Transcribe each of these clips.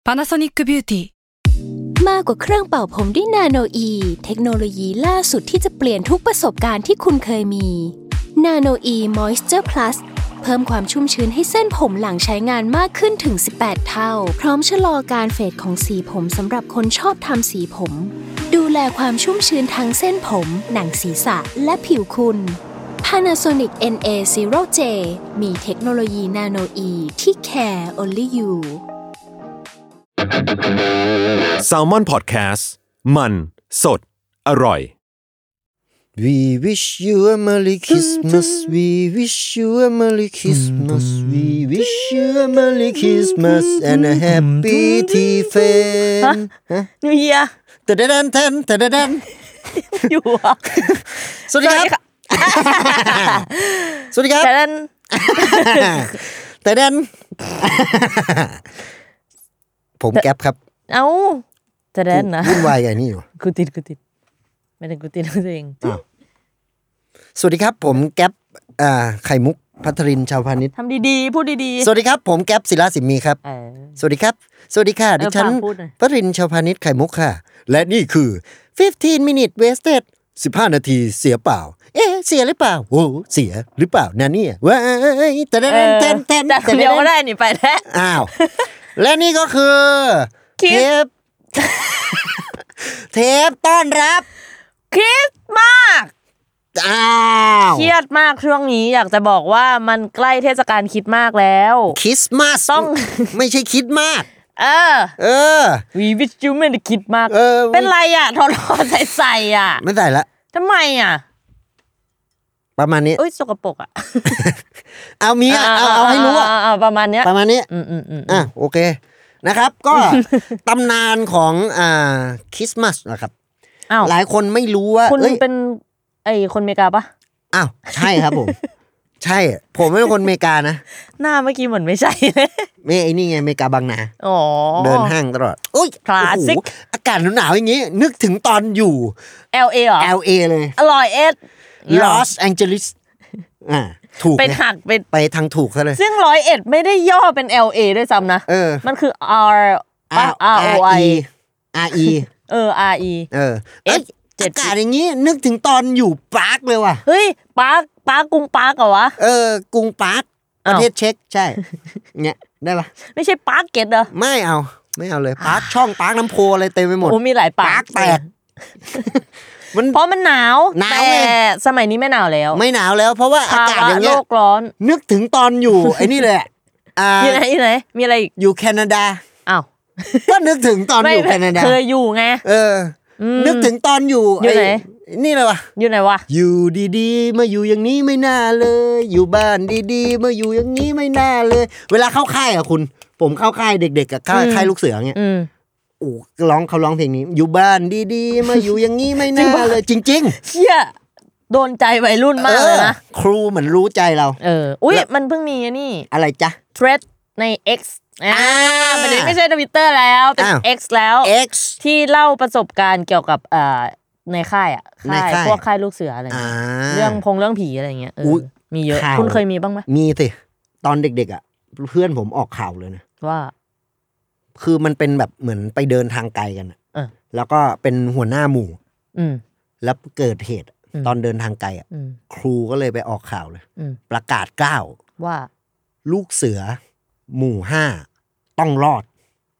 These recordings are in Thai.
Panasonic Beauty มากกว่าเครื่องเป่าผมด้วยนาโนอีเทคโนโลยีล่าสุดที่จะเปลี่ยนทุกประสบการณ์ที่คุณเคยมีนาโนอีมอยส์เจอร์พลัสเพิ่มความชุ่มชื้นให้เส้นผมหลังใช้งานมากขึ้นถึง18เท่าพร้อมชะลอการเฟดของสีผมสำหรับคนชอบทำสีผมดูแลความชุ่มชื้นทั้งเส้นผมหนังศีรษะและผิวคุณ Panasonic NA0J มีเทคโนโลยีนาโนอีที่ care only you Salmon Podcast มันสดอร่อย We wish you a Merry Christmas We wish you a Merry Christmas We wish you a Merry Christmas and a Happy Tea-Fan นิวเยียร์ตะดันทันตะดันอยู่อ่ะสวัสดีครับสวัสดีครับแต่ดันแต่ดันผมแก๊ปครับเอ้าแต่ดันนะวุ่นวายกันนี่อยู่กูติดไม่ได้กูติดตัวเองสวัสดีครับผมแก๊ปไข่มุกภัทรินชาวพาณิชย์ทำดีๆพูดดีๆสวัสดีครับผมแก๊ปศิลาสิมมีครับสวัสดีครับสวัสดีค่ะดิฉันภัทรินชาวพาณิชย์ไข่มุกค่ะและนี่คือ15 minute wasted 15 นาทีเสียเปล่าเสียหรือเปล่าโอ้เสียหรือเปล่านะเนี่ยว้ายแต่เดี๋ยวก็ได้นี่ไปแล้วอ้าวและนี่ก็คือเทปต้อนรับคริสต์มาสเครียดมากช่วงนี้อยากจะบอกว่ามันใกล้เทศกาลคริสต์มาสแล้วคริสต์มาสต้องไม่ใช่คริสต์มาส We wish you Merry Christmas เป็นไรอ่ะทอใส่อ่ะไม่ใส่ละทำไมอ่ะประมาณนี้สกปรกอ่ะเอามีเอาให้รู้อ่ะประมาณนี้โอเคนะครับก็ตำนานของคริสต์มาสนะครับหลายคนไม่รู้ว่าคุณเป็นคนอเมริกาปะอ้าวใช่ครับผมใช่ผมเป็นคนอเมริกานะหน้าเมื่อกี้เหมือนไม่ใช่ไม่ไอ้นี่ไงอเมริกาบางนาเดินห้างตลอดโอ้ยคลาสสิกอากาศหนาวๆอย่างงี้นึกถึงตอนอยู่ LA เหรอ LA เลยอร่อย Los Angeles ถูกเป็นหักไปทางถูกซะเลยซึ่ง101ไม่ได้ย่อเป็น LA ด้วยซ้ำนะมันคือ ROI RE RE อากาศอย่างงี้นึกถึงตอนอยู่ปาร์คเลยว่ะเฮ้ยปาร์คกรุงปาร์คเหรอวะกรุงปาร์คประเทศเช็กใช่เนี่ยได้ปะไม่ใช่ปาร์คเก็ตเหรอไม่เอาเลยปาร์คช่องปาร์คน้ำโพอะไรเต็มไปหมดโอ้มีหลายปาร์คแตกเพราะมันหนาวแต่สมัยนี้ไม่หนาวแล้วเพราะว่าอากาศอย่างเงี้ยโลกร้อนนึกถึงตอนอยู่ไอ้นี่เลยอยู่ไหนมีอะไรอีกอยู่แคนาดาอ้าวก็นึกถึงตอนอยู่แคนาดาเคยอยู่ไงนึกถึงตอนอยู่ไหนนี่เลยวะอยู่ไหนวะอยู่ดีๆมาอยู่อย่างนี้ไม่น่าเลยอยู่บ้านดีๆมาอยู่อย่างนี้ไม่น่าเลยเวลาเข้าค่ายอ่ะคุณผมเข้าค่ายเด็กๆกับค่ายลูกเสือเงี้ยโอ้เขาร้องเพลงนี้อยู่บ้านดีๆมาอยู่อย่างนี้ไม่น่าเลยจริงๆเชี่ยโดนใจวัยรุ่นมากเลยนะครูเหมือนรู้ใจเราอุ๊ยมันเพิ่งมีนี่อะไรจ๊ะ thread ใน X มันไม่ใช่ Twitter แล้วเป็น X แล้ว X ที่เล่าประสบการณ์เกี่ยวกับในค่ายอ่ะพวกค่ายลูกเสืออะไรเรื่องผีอะไรเงี้ยมีเยอะคุณเคยมีบ้างไหมมีสิตอนเด็กๆอ่ะเพื่อนผมออกข่าวเลยนะว่าคือมันเป็นแบบเหมือนไปเดินทางไกลกันแล้วก็เป็นหัวหน้าหมู่แล้วเกิดเหตุตอนเดินทางไกลอ่ะครูก็เลยไปออกข่าวเลยประกาศกล้าวว่าลูกเสือหมู่5ต้องรอด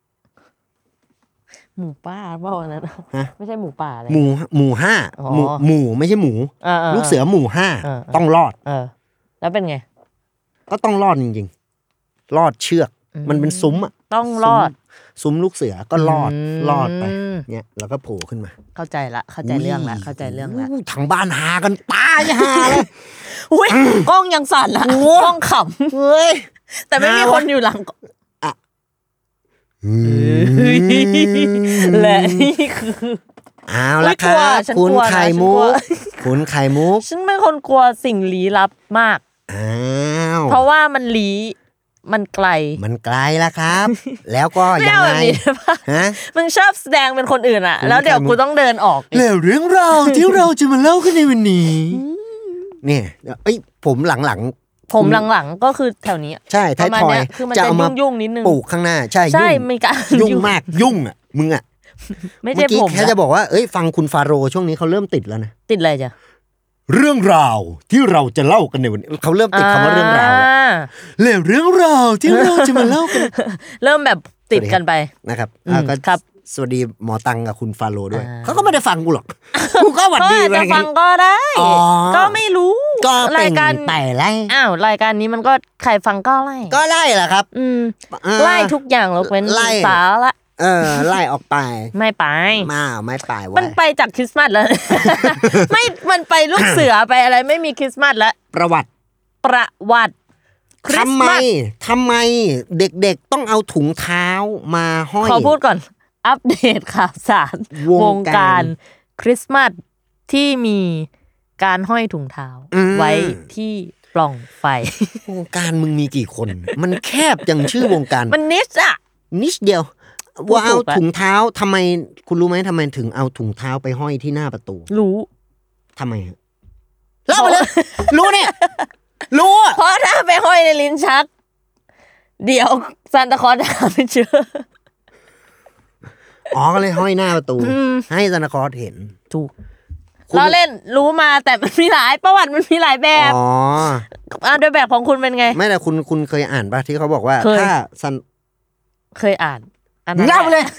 หมูป่าเปล่านะไม่ใช่หมูป่าอะไรหมู่5หมู่ไม่ใช่หมูลูกเสือหมู่5ต้องรอดแล้วเป็นไงก็ต้องรอดจริงๆรอดเชือกมันเป็นซุ้มอ่ะต้องรอดซุ้มลูกเสือก็รอดไปเนี่ยแล้วก็โผล่ขึ้นมาเข้าใจเรื่องละทางบ้านหากันตายหาเลยอุ้ยกล้องยังสั่นอ่ะกล้องขำเฮ้ยแต่ไม่มีคนอยู่หลังและนี่คือเอาละครับคุณไข่มุกฉันเป็นคนกลัวสิ่งลี้ลับมากเพราะว่ามันไกลละครับแล้วก็ยังไงฮะมึงชอบแสดงเป็นคนอื่นอ่ะแล้วเดี๋ยวกูต้องเดินออกแล้วเรื่องราวที่เราจะมาเล่ากันในวันนี้เนี่ยผมหลังผมหลังๆก็คือแถวนี้ใช่ท้ายทอยคือมันจะยุ่งนิดนึงปลูกข้างหน้าใช่มีการยุ่งมากยุ่งอ่ะมึงอ่ะไม่ใช่ผมแค่จะบอกว่าเอ้ยฟังคุณฟาโรช่วงนี้เขาเริ่มติดแล้วนะติดอะไรจ้ะเรื่องราวที่เราจะเล่ากันในวันนี้เขาเริ่มติดคำว่าเรื่องราวแล้วเรื่องราวที่เราจะมาเล่ากันเริ่มแบบติดกันไปนะครับก็สวัสดีหมอตังกับคุณฟาโรด้วยเขาก็ไม่ได้ฟังกูหรอกกูก็หวัดดีจะฟังก็ได้ก็ไม่รู้รายการแต่ไรรายการนี้มันก็ใครฟังก็ไล่แหละครับไล่ทุกอย่างยกเว้นสาระไล่ออกไปไม่ไปไม่ไปมันไปจากคริสต์มาสแล้วไม่มันไปลูกเสือไปอะไรไม่มีคริสต์มาสแล้วประวัติทำไมเด็กๆต้องเอาถุงเท้ามาห้อยขอพูดก่อนอัปเดตข่าวสารวงการคริสต์มาสที่มีการห้อยถุงเท้าไว้ที่ปล่องไฟวงการมึงมีกี่คนมันแคบจังชื่อวงการมันนิชเดียวว่าเอาถุงเท้าทำไมคุณรู้ไหมทำไมถึงเอาถุงเท้าไปห้อยที่หน้าประตูรู้ทำไมเล่าไปเลยรู้เนี่ยรู้เพราะถ้าไปห้อยในลิ้นชักเดี๋ยวซานตาคลอสจะหาไม่เจอก็เลยห้อยหน้าประตูให้ซานตาคลอสเห็นถูกเราเล่นรู้มาแต่มันมีหลายประวัติมันมีหลายแบบโดยแบบของคุณเป็นไงไม่แต่คุณเคยอ่านป่ะที่เขาบอกว่าถ้าซันเคยอ่านเล่าเลย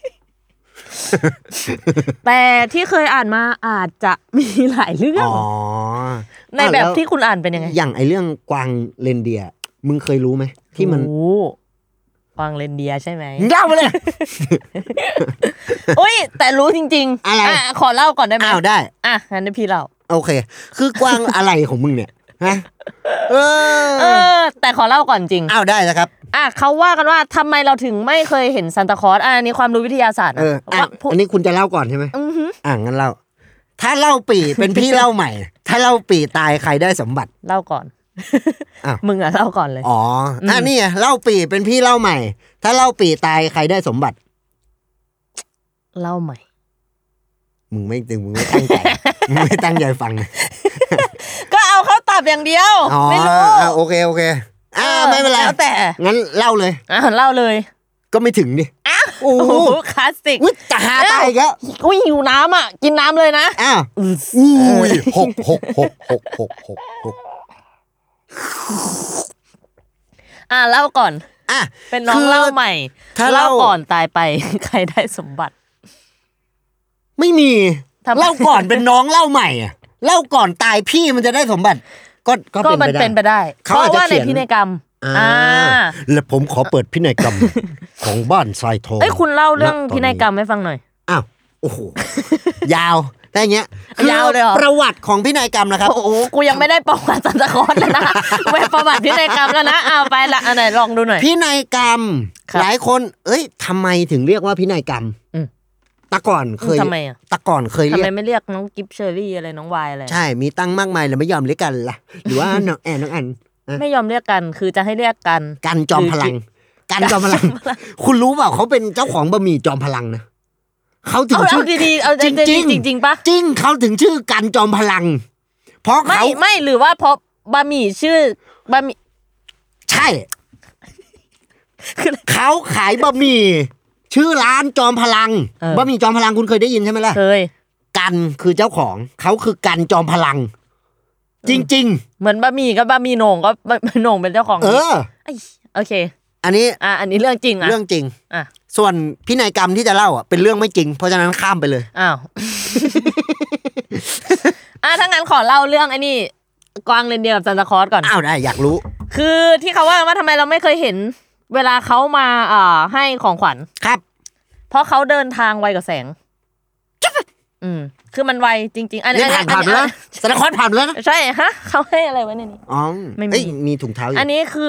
แต่ที่เคยอ่านมาอาจจะมีหลายเรื่องในแบบที่คุณอ่านเป็นยังไงอย่างไอเรื่องกวางเรนเดียร์มึงเคยรู้ไหมที่มันกวางเรนเดียร์ใช่ไหมเล่าเลยอุ้ยแต่รู้จริงๆอะไรขอเล่าก่อนได้ไหมได้งั้นพี่เล่าโอเคคือกวางอะไรของมึงเนี่ยฮะแต่ขอเล่าก่อนจริงได้นะครับเขาว่ากันว่าทำไมเราถึงไม่เคยเห็นซานตาคลอสอันนี้ความรู้วิทยาศาสตร์อันนี้คุณจะเล่าก่อนใช่ไหมงั้นเล่าถ้าเล่าปีเป็นพี่เล่าใหม่ถ้าเล่าปีตายใครได้สมบัติเล่าก่อนมึงเล่าก่อนเลยนี่เล่าปีเป็นพี่เล่าใหม่ถ้าเล่าปีตายใครได้สมบัติเล่าใหม่มึงไม่ตั้งใจมึงไม่ตั้งใจฟังก็เอาเขาตอบอย่างเดียวไม่รู้โอเคไม่เป็นไรแล้วแต่งั้นเล่าเลยเล่าเลยก็ไม่ถึงดิโอ้โหคลาสสิกจะหาตายแล้วหิวน้ำกินน้ำเลยนะหกเล่าก่อนเป็นน้องเล่าใหม่เล่าก่อนตายไปใครได้สมบัติไม่มีเล่าก่อนเป็นน้องเล่าใหม่เล่าก่อนตายพี่มันจะได้สมบัติก็มันเป็นไปได้เพราะว่าในพินัยกรรมและผมขอเปิดพินัยกรรมของบ้านทรายทองคุณเล่าเรื่องพินัยกรรมให้ฟังหน่อยโอ้โหยาวแต่อย่างเงี้ยยาวเลยเหรอประวัติของพินัยกรรมนะครับโอ้โหกูยังไม่ได้ประวัติซานตาคลอสเลยนะไปประวัติพินัยกรรมแล้วนะไปละอันไหนลองดูหน่อยพินัยกรรมหลายคนทำไมถึงเรียกว่าพินัยกรรมตะก่อนเคยทำไมตะก่อนเคยเรียกทำไมไม่เรียกน้องกิฟเชอรี่อะไรน้องวายอะไรใช่มีตั้งมากมายแล้วไม่ยอมเรียกกันล่ะหรือว่าน้องแอนน้องอันไม่ยอมเรียกกันคือจะให้เรียกกันจอมพลังกันจอมพลังคุณรู้เปล่าเขาเป็นเจ้าของบะหมี่จอมพลังนะเขาถึงชื่อดีๆเอาจริงๆป่ะจริงเขาถึงชื่อกันจอมพลังเพราะเขาไม่หรือว่าเพราะบะหมี่ชื่อบะหมี่ใช่เขาขายบะหมี่ชื่อร้านจอมพลังบะหมี่จอมพลังคุณเคยได้ยินใช่ไหมล่ะเคยกันคือเจ้าของเขาคือกันจอมพลังจริงๆเหมือนบะหมี่กับบะหมี่โหน่งก็โหน่งเป็นเจ้าของโอเคอันนี้เรื่องจริงเรื่องจริงส่วนพินัยกรรมที่จะเล่าเป็นเรื่องไม่จริงเพราะฉะนั้นข้ามไปเลยถ้างั้นขอเล่าเรื่องไอ้นี่กวางเรนเดียร์กับซานตาคลอสก่อนได้อยากรู้คือที่เขาว่าทำไมเราไม่เคยเห็นเวลาเขามาให้ของขวัญครับเพราะเขาเดินทางไวกว่าแสงคือมันไวจริงๆอันนี้ผ่านแล้วซานตาคลอสผ่านแล้วนะใช่เขาให้อะไรไว้ในนี้ไม่มีถุงเท้าอยู่อันนี้คือ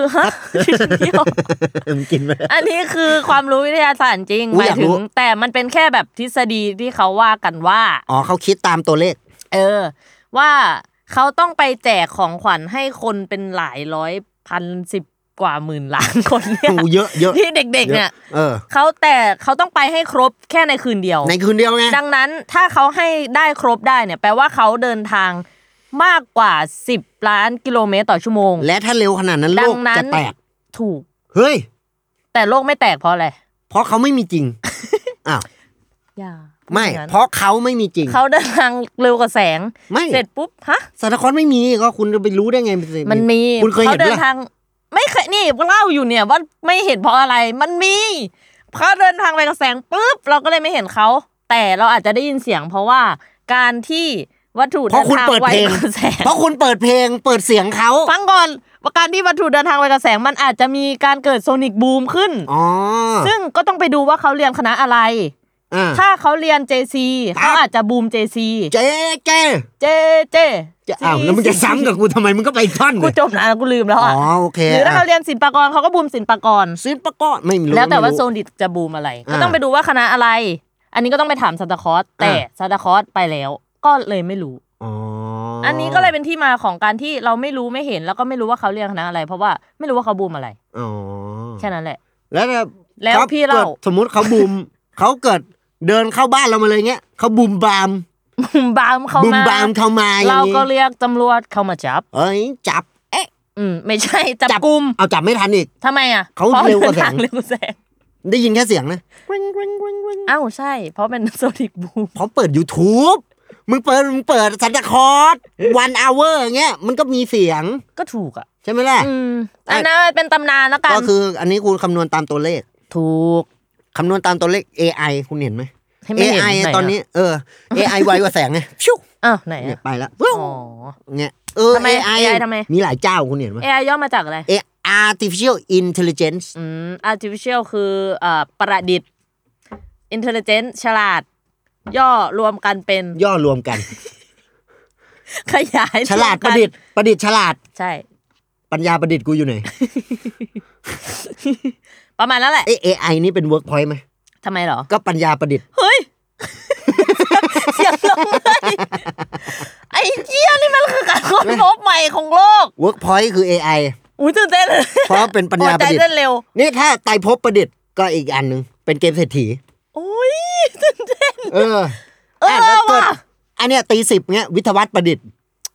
กินไหมอันนี้คือความรู้วิทยาศาสตร์จริงหมายถึงแต่มันเป็นแค่แบบทฤษฎีที่เขาว่ากันว่าเขาคิดตามตัวเลขว่าเขาต้องไปแจกของขวัญให้คนเป็นหลายร้อยพัน10กว่าหมื่นล้านคนเนี่ยเยอะที่เด็กๆเนี่ยเขาต้องไปให้ครบแค่ในคืนเดียวไงดังนั้นถ้าเขาให้ได้ครบได้เนี่ยแปลว่าเขาเดินทางมากกว่า10 ล้านกิโลเมตรต่อชั่วโมงและถ้าเร็วขนาดนั้นโลกจะแตกถูกเฮ้ยแต่โลกไม่แตกเพราะอะไรเพราะเขาไม่มีจริงอ้าวอย่าไม่เพราะเขาไม่มีจริงเขาเดินทางเร็วกว่าแสงเสร็จปุ๊บฮะซานตาคลอสไม่มีก็คุณจะไปรู้ได้ไงมันมีคุณเคยเห็นมั้ยไม่เคยนี่เล่าอยู่เนี่ยว่าไม่เห็นเพราะอะไรมันมีเขาเดินทางไปกับแสงปุ๊บเราก็เลยไม่เห็นเขาแต่เราอาจจะได้ยินเสียงเพราะว่าการที่วัตถุเดินทางไวกว่าแสงเพราะคุณเปิดเพลงเปิดเสียงเขาฟังก่อนว่าการที่วัตถุเดินทางไวกว่าแสงมันอาจจะมีการเกิดโซนิกบูมขึ้นซึ่งก็ต้องไปดูว่าเขาเรียนคณะอะไรถ้าเขาเรียน JC เขาอาจจะบูม JC เจอ้าวแล้วมึงจะซ้ำกับกูทำไมมึงก็ไปท่อนกูจบนะกูลืมแล้วโอเคหรือถ้าเขาเรียนศิลปากรเขาก็บูมศิลปากรไม่รู้แล้วแต่ว่าโซนิกจะบูมอะไรก็ต้องไปดูว่าคณะอะไรอันนี้ก็ต้องไปถามซานตาคลอสแต่ซานตาคลอสไปแล้วก็เลยไม่รู้อันนี้ก็เลยเป็นที่มาของการที่เราไม่รู้ไม่เห็นแล้วก็ไม่รู้ว่าเขาเรียนคณะอะไรเพราะว่าไม่รู้ว่าเขาบูมอะไรแค่นั้นแหละแล้วพี่เล่าสมมุติเขาบูมเขาเกิดเดินเข้าบ้านเรามาเลยเงี้ยเขาบูมบามเข้ามาเราก็เรียกตำรวจเข้ามาจับจับไม่ใช่จับกุมเอาจับไม่ทันอีกทำไมอ่ะเขาเร็วกว่าแสงได้ยินแค่เสียงนะอ้าวใช่เพราะเป็นโซนิกบูมเพราะเปิด YouTube มึงเปิดซานตาคลอส1 hour เงี้ยมันก็มีเสียงก็ถูกอ่ะใช่ไหมล่ะอันนั้นเป็นตำนานแล้วกันก็คืออันนี้คุณคำนวณตามตัวเลขถูกคำนวณตามตัวเลข AI คุณเห็นไหม AI ตอนนี้AI ไวกว่าแสงไงชิวไหนไปแล้วเนี่ยAI ทำไมมีหลายเจ้าคุณเห็นไหม AI ย่อมาจากอะไร Artificial Intelligence Artificial คือประดิษฐ์ Intelligence ฉลาดย่อรวมกันเป็นย่อรวมกันขยายฉลาดประดิษฐ์ฉลาดใช่ปัญญาประดิษฐ์กูอยู่ไหนประมาณนั้นแหละ AI นี่เป็น workpoint มั้ยทำไมเหรอก็ปัญญาประดิษฐ์เฮ้ยเสียงลงเลยไอ้เหี้ยนี่มันคือการค้นพบใหม่ของโลก workpoint คือ AI อุ๊ยตื่นเต้นเพราะเป็นปัญญาประดิษฐ์นี่ถ้าไตรภพประดิษฐ์ก็อีกอันนึงเป็นเกมเศรษฐีโอ้ยตื่นเต้นว่ะอันเนี้ยตี10เงี้ยวิทยาวัฒน์ประดิษฐ์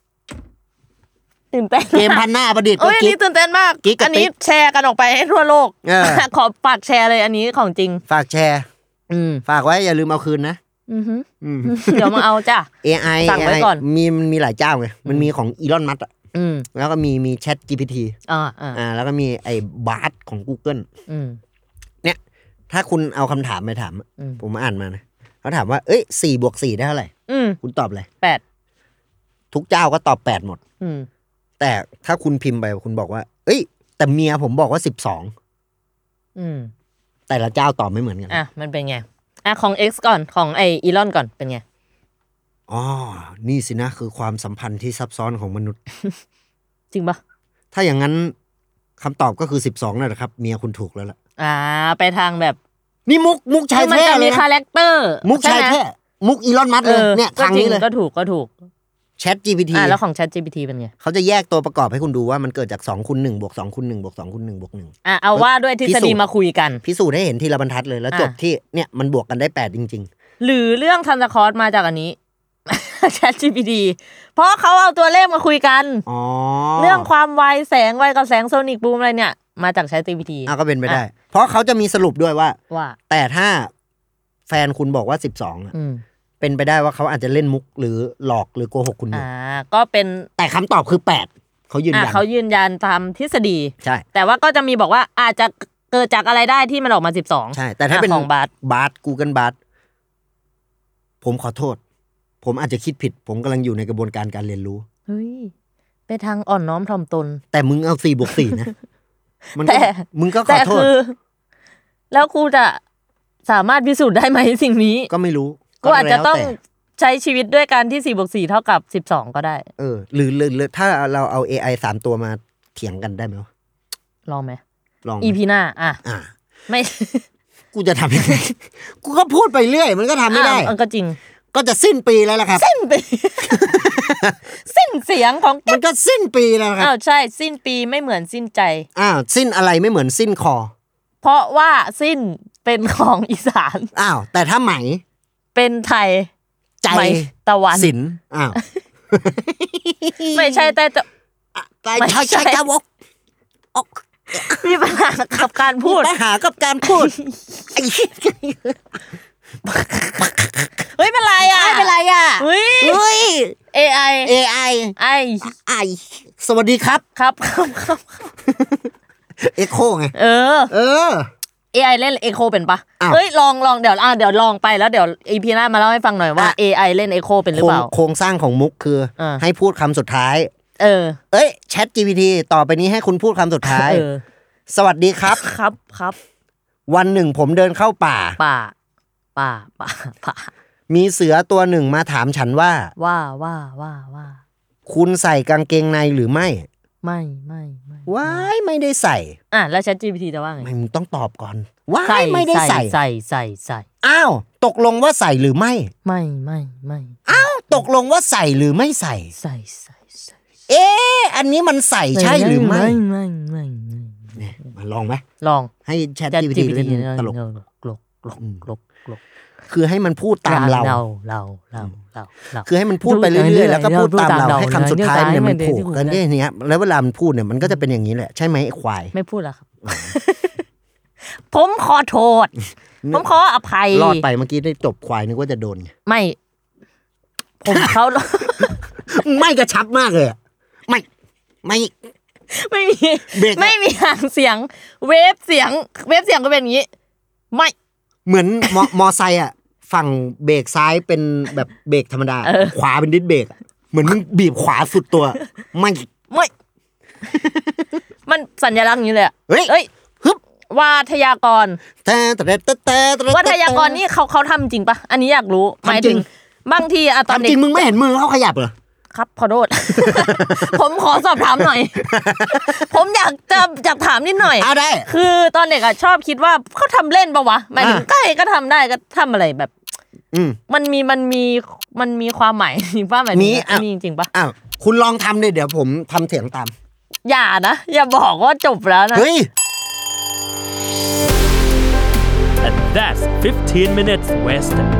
ตื่นเต้นเกมพันหน้าประดิษฐ์ก็กิ๊กอันนี้ตื่นเต้นมากอันนี้แชร์กันออกไปให้ทั่วโลกขอฝากแชร์เลยอันนี้ของจริงฝากแชร์ฝากไว้อย่าลืมเอาคืนนะเดี๋ยวมาเอาจ้ะ AI สั่งไว้ก่อนมีหลายเจ้าไงมันมีของอีลอนมัสก์แล้วก็มี Chat GPT แล้วก็มีไอ้บาร์ดของ Google เนี่ยถ้าคุณเอาคำถามไปถามผมอ่านมานะเขาถามว่าเอ้ย4+4ได้เท่าไหร่คุณตอบอะไร 8 ทุกเจ้าก็ตอบ8หมดแต่ถ้าคุณพิมพ์ไปคุณบอกว่าเอ้ยแต่เมียผมบอกว่า12แต่ละเจ้าตอบไม่เหมือนกันมันเป็นไงของ X ก่อนของไอ้อีลอนก่อนเป็นไงนี่สินะคือความสัมพันธ์ที่ซับซ้อนของมนุษย์จริงปะถ้าอย่างนั้นคำตอบก็คือ12นั่นแหละครับเมียคุณถูกแล้วล่ะไปทางแบบนี่มุกชายแท้เลยนะมันจะมีคาแรคเตอร์มุกชายแท้มุกอีลอนมัสก์เลยเนี่ยทางนี้เลยก็ถูก Chat GPT แล้วของ Chat GPT เป็นไงเขาจะแยกตัวประกอบให้คุณดูว่ามันเกิดจาก2 × 1 บวก2 × 1 บวก2 × 1 บวก1 เอาว่าด้วยทฤษฎีมาคุยกันพิสูจน์ให้เห็นทีละบรรทัดเลยแล้วจบที่เนี่ยมันบวกกันได้8จริงๆหรือเรื่องซันตาคลอสมาจากอันนี้ Chat GPT เพราะเขาเอาตัวเลขมาคุยกันเรื่องความไวแสงไวกับแสงโซนิกบูมอะไรเนี่ยมาจาก Chat GPT ก็เป็นไปได้เพราะเขาจะมีสรุปด้วยว่าแต่ถ้าแฟนคุณบอกว่า12เป็นไปได้ว่าเขาอาจจะเล่นมุกหรือหลอกหรือโกหกคุณอยู่ก็เป็นแต่คำตอบคือ8เขายืนยันตามทฤษฎีใช่แต่ว่าก็จะมีบอกว่าอาจจะเกิดจากอะไรได้ที่มันออกมา12 ใช่แต่ถ้าเป็นของบาร์ด Google บาร์ดผมขอโทษผมอาจจะคิดผิดผมกำลังอยู่ในกระบวนการเรียนรู้เฮ้ยไปทางอ่อนน้อมถ่อมตนแต่มึงเอา4+4นะมันก็มึงก็ขอโทษแล้วครูจะสามารถพิสูจน์ได้ไหมสิ่งนี้ก็ไม่รู้ก็อาจจะต้องใช้ชีวิตด้วยกันที่4+4เท่ากับ12ก็ได้หรือถ้าเราเอา AI 3ตัวมาเถียงกันได้ไหมวะลองไหมลอง EP หน้าไม่กูจะทำยังไงกูก็พูดไปเรื่อยมันก็ทำไม่ได้ก็จริงก็จะสิ้นปีแล้วล่ะครับสิ้นปีสิ้นเสียงของมันก็สิ้นปีแล้วครับใช่สิ้นปีไม่เหมือนสิ้นใจสิ้นอะไรไม่เหมือนสิ้นคอเพราะว่าสิ้นเป็นของอีสานแต่ถ้าไหมเป็นไทยใจตะวันศิลป์ไม่ใช่แต่ใช่ครับมีปัญหากับการพูดปัญหากับการพูดเฮ้ยเป็นไรอ่ะเฮ้ย AI ไอสวัสดีครับครับเอ็กโคไง AI เล่น Echo เป็นปะเฮ้ยลองเดี๋ยวลองไปแล้วเดี๋ยว EP หน้ามาเล่าให้ฟังหน่อยว่า AI เล่น Echo เป็นหรือเปล่าโครงสร้างของมุกคือให้พูดคำสุดท้ายChat GPT ต่อไปนี้ให้คุณพูดคำสุดท้ายสวัสดีครับครับวันหนึ่งผมเดินเข้าป่ามีเสือตัวหนึ่งมาถามฉันว่าคุณใส่กางเกงในหรือไม่ว้ายไม่ได้ใส่แล้ว Chat GPT จะว่าไงมึงต้องตอบก่อนว้ายไม่ได้ใส่อ้าวตกลงว่าใส่หรือไม่อ้าวตกลงว่าใส่หรือไม่ใส่อันนี้มันใส่ใช่หรือไม่มาลองไหมลองให้ Chat GPT เล่นตลกคือให้มันพูดตามเราคือให้มันพูดไปเรื่อยๆแล้วก็พูดตามเราให้คำสุดท้ายเนี่ยมันผูกกันได้เนี้ยแล้วเวลามันพูดเนี่ยมันก็จะเป็นอย่างนี้แหละใช่ไหมไอ้ควายไม่พูดแล้วครับผมขอโทษผมขออภัยรอดไปเมื่อกี้ได้จบควายนึกว่าจะโดนไม่ผมเขาไม่กระชับมากเลยไม่มีหางเสียงเวฟเสียงก็เป็นอย่างนี้ไม่เหมือนมอไซค์อ่ะฝั่งเบรกซ้ายเป็นแบบเบรกธรรมดาขวาเป็นดิสเบรกเหมือนมึงบีบขวาสุดตัวไม่มันสัญลักษณ์อย่างนี้เลยเฮ้ยฮึบวาทยากรวาทยากรนี่เขาทำจริงปะอันนี้อยากรู้หมายถึงบางทีตอนเด็กจริงมึงไม่เห็นมือเขาขยับเหรอครับขอโทษ ผมขอสอบถามหน่อย ผมอยากถามนิดหน่อยได้คือตอนเด็กชอบคิดว่าเขาทำเล่นปะวะหมายถึงใกล้ก็ทำได้ก็ทำอะไรแบบมันมีความหมายจริงป่ะหมายถึงอันนี้จริงป่ะคุณลองทำเลยเดี๋ยวผมทำเสียงตามอย่านะอย่าบอกว่าจบแล้วนะเฮ้ย And that's 15 minutes West